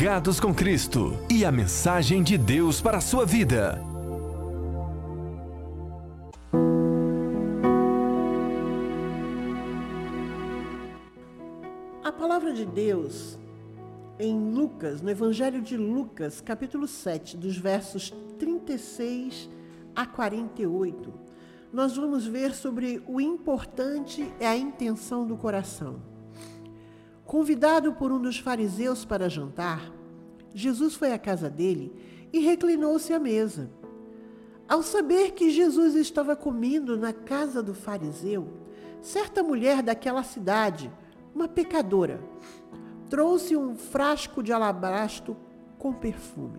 Ligados com Cristo e a mensagem de Deus para a sua vida. A palavra de Deus em Lucas, no Evangelho de Lucas, capítulo 7, dos versos 36 a 48, nós vamos ver sobre o importante é a intenção do coração. Convidado por um dos fariseus para jantar, Jesus foi à casa dele e reclinou-se à mesa. Ao saber que Jesus estava comendo na casa do fariseu, certa mulher daquela cidade, uma pecadora, trouxe um frasco de alabastro com perfume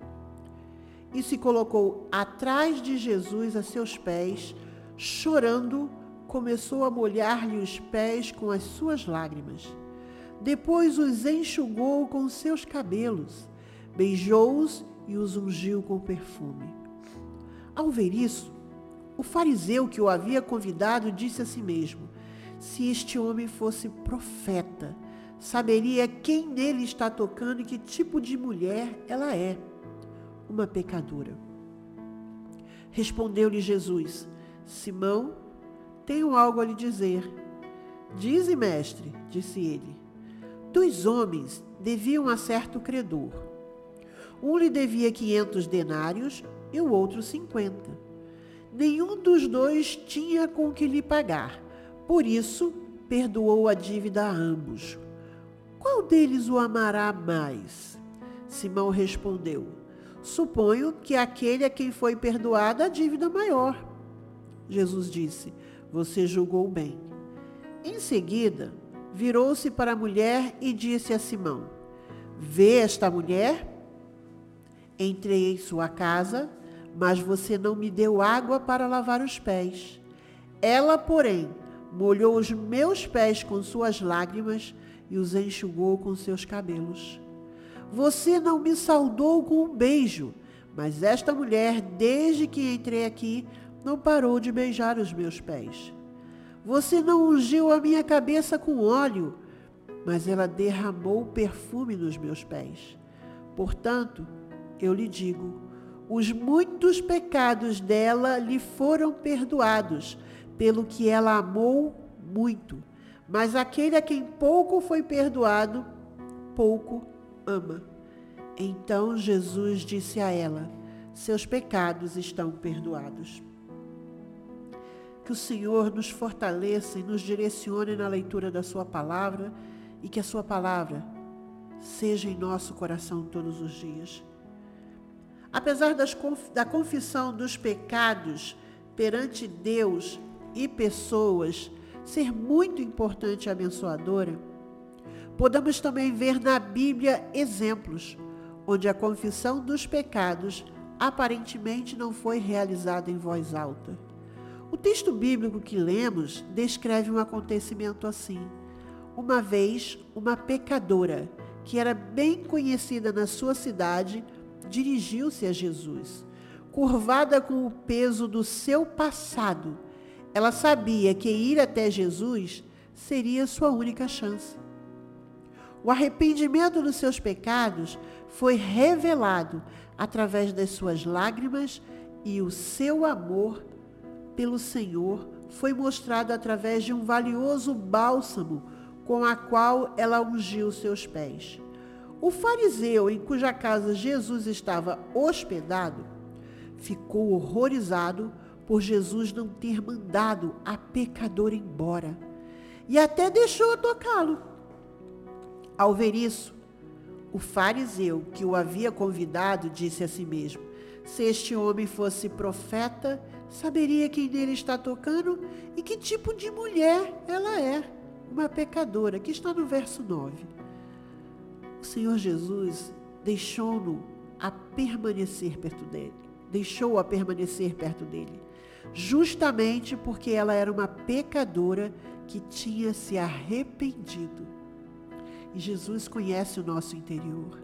e se colocou atrás de Jesus a seus pés, chorando, começou a molhar-lhe os pés com as suas lágrimas. Depois os enxugou com seus cabelos, beijou-os e os ungiu com perfume. Ao ver isso, o fariseu que o havia convidado disse a si mesmo: se este homem fosse profeta, saberia quem nele está tocando e que tipo de mulher ela é, uma pecadora. Respondeu-lhe Jesus: Simão, tenho algo a lhe dizer. Dize, mestre, disse ele. 2 homens deviam a certo credor. Um lhe devia 500 denários e o outro 50. Nenhum dos dois tinha com que lhe pagar. Por isso, perdoou a dívida a ambos. Qual deles o amará mais? Simão respondeu: suponho que aquele a quem foi perdoada a dívida maior. Jesus disse: você julgou bem. Em seguida, virou-se para a mulher e disse a Simão: vê esta mulher? Entrei em sua casa, mas você não me deu água para lavar os pés. Ela, porém, molhou os meus pés com suas lágrimas e os enxugou com seus cabelos. Você não me saudou com um beijo, mas esta mulher, desde que entrei aqui, não parou de beijar os meus pés. Você não ungiu a minha cabeça com óleo, mas ela derramou perfume nos meus pés. Portanto, eu lhe digo, os muitos pecados dela lhe foram perdoados, pelo que ela amou muito. Mas aquele a quem pouco foi perdoado, pouco ama. Então Jesus disse a ela: seus pecados estão perdoados. Que o Senhor nos fortaleça e nos direcione na leitura da sua palavra e que a sua palavra seja em nosso coração todos os dias. Apesar da confissão dos pecados perante Deus e pessoas ser muito importante e abençoadora, podemos também ver na Bíblia exemplos onde a confissão dos pecados aparentemente não foi realizada em voz alta. O texto bíblico que lemos descreve um acontecimento assim. Uma vez, uma pecadora, que era bem conhecida na sua cidade, dirigiu-se a Jesus. Curvada com o peso do seu passado, ela sabia que ir até Jesus seria sua única chance. O arrependimento dos seus pecados foi revelado através das suas lágrimas e o seu amor pelo Senhor foi mostrado através de um valioso bálsamo com a qual ela ungiu seus pés. O fariseu em cuja casa Jesus estava hospedado ficou horrorizado por Jesus não ter mandado a pecadora embora e até deixou tocá-lo. Ao ver isso, o fariseu que o havia convidado disse a si mesmo: se este homem fosse profeta, saberia quem nele está tocando e que tipo de mulher ela é, uma pecadora, que está no verso 9. O Senhor Jesus deixou-a permanecer perto dele, justamente porque ela era uma pecadora que tinha se arrependido. E Jesus conhece o nosso interior.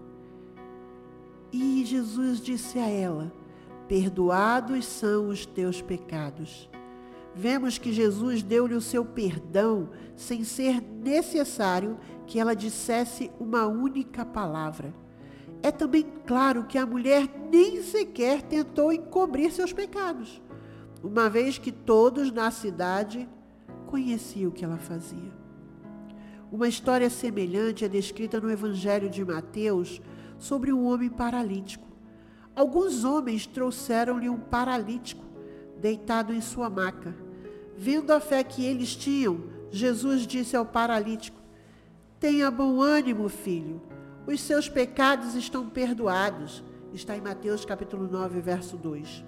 E Jesus disse a ela: perdoados são os teus pecados. Vemos que Jesus deu-lhe o seu perdão sem ser necessário que ela dissesse uma única palavra. É também claro que a mulher nem sequer tentou encobrir seus pecados, uma vez que todos na cidade conheciam o que ela fazia. Uma história semelhante é descrita no Evangelho de Mateus sobre um homem paralítico. Alguns homens trouxeram-lhe um paralítico deitado em sua maca. Vendo a fé que eles tinham, Jesus disse ao paralítico: "Tenha bom ânimo, filho. Os seus pecados estão perdoados." Está em Mateus capítulo 9, verso 2.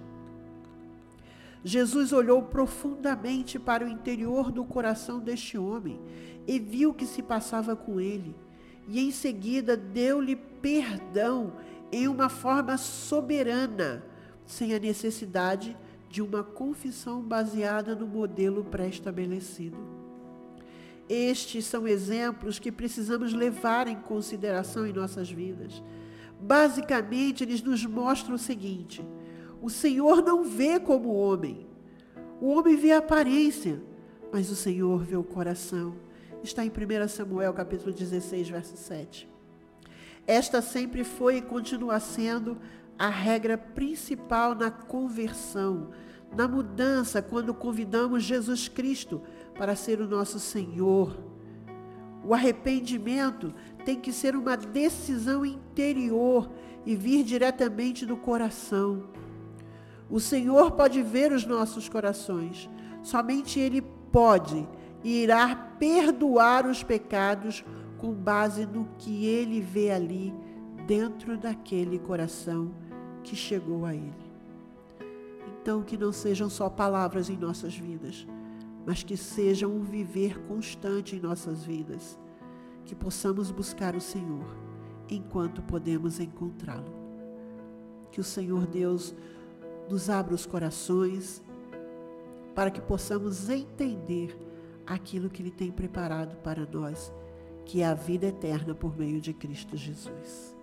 Jesus olhou profundamente para o interior do coração deste homem e viu o que se passava com ele. E em seguida deu-lhe perdão em uma forma soberana, sem a necessidade de uma confissão baseada no modelo pré-estabelecido. Estes são exemplos que precisamos levar em consideração em nossas vidas. Basicamente, eles nos mostram o seguinte: o Senhor não vê como o homem. O homem vê a aparência, mas o Senhor vê o coração. Está em 1 Samuel, capítulo 16, verso 7. Esta sempre foi e continua sendo a regra principal na conversão, na mudança, quando convidamos Jesus Cristo para ser o nosso Senhor. O arrependimento tem que ser uma decisão interior e vir diretamente do coração. O Senhor pode ver os nossos corações. Somente Ele pode e irá perdoar os pecados com base no que Ele vê ali dentro daquele coração que chegou a Ele. Então, que não sejam só palavras em nossas vidas, mas que sejam um viver constante em nossas vidas, que possamos buscar o Senhor enquanto podemos encontrá-lo. Que o Senhor Deus nos abra os corações para que possamos entender aquilo que Ele tem preparado para nós, que é a vida eterna por meio de Cristo Jesus.